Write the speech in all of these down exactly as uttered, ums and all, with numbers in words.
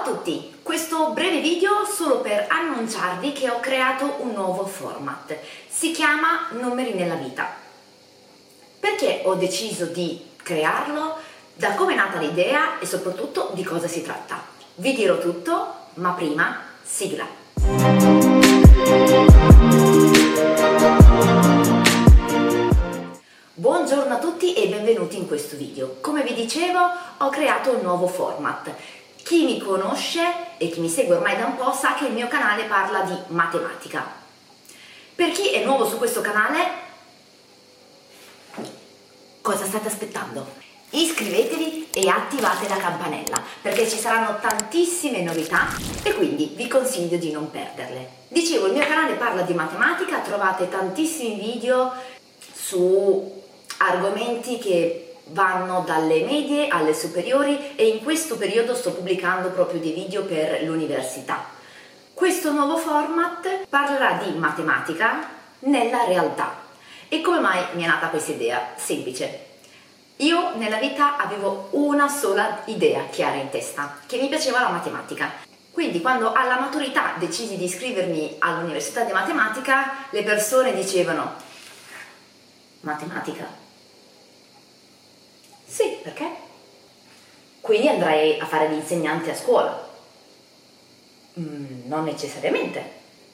tutti, questo breve video solo per annunciarvi che ho creato un nuovo format. Si chiama Numeri nella vita. Perché ho deciso di crearlo? Da come è nata l'idea e soprattutto di cosa si tratta. Vi dirò tutto, ma prima sigla. Buongiorno a tutti e benvenuti in questo video. Come vi dicevo, ho creato un nuovo format. Chi mi conosce e chi mi segue ormai da un po' sa che il mio canale parla di matematica. Per chi è nuovo su questo canale, cosa state aspettando? Iscrivetevi e attivate la campanella perché ci saranno tantissime novità e quindi vi consiglio di non perderle. Dicevo, il mio canale parla di matematica, trovate tantissimi video su argomenti che vanno dalle medie alle superiori e in questo periodo sto pubblicando proprio dei video per l'università. Questo nuovo format parlerà di matematica nella realtà. E come mai mi è nata questa idea? Semplice. Io nella vita avevo una sola idea chiara in testa, che mi piaceva la matematica. Quindi quando alla maturità decisi di iscrivermi all'università di matematica, le persone dicevano: matematica? Sì, perché? Quindi andrai a fare l'insegnante a scuola? Mm, non necessariamente.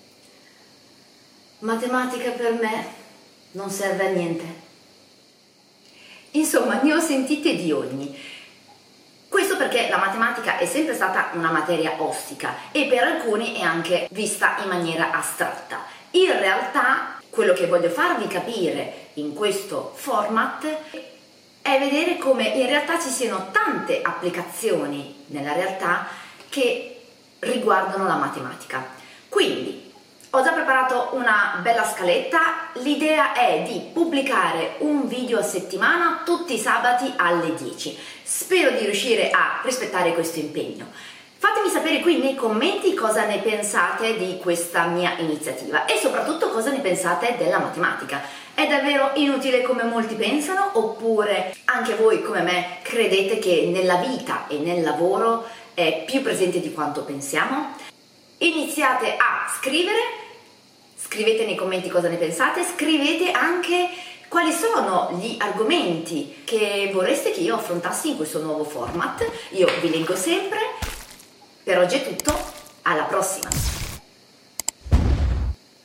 Matematica per me non serve a niente. Insomma, ne ho sentite di ogni. Questo perché la matematica è sempre stata una materia ostica e per alcuni è anche vista in maniera astratta. In realtà, quello che voglio farvi capire in questo format è vedere come in realtà ci siano tante applicazioni nella realtà che riguardano la matematica. Quindi ho già preparato una bella scaletta, l'idea è di pubblicare un video a settimana tutti i sabati alle dieci. Spero di riuscire a rispettare questo impegno. Fatemi sapere qui nei commenti cosa ne pensate di questa mia iniziativa e soprattutto cosa ne pensate della matematica. È davvero inutile come molti pensano oppure anche voi come me credete che nella vita e nel lavoro è più presente di quanto pensiamo? Iniziate a scrivere, scrivete nei commenti cosa ne pensate, scrivete anche quali sono gli argomenti che vorreste che io affrontassi in questo nuovo format. Io vi leggo sempre. Per oggi è tutto, alla prossima!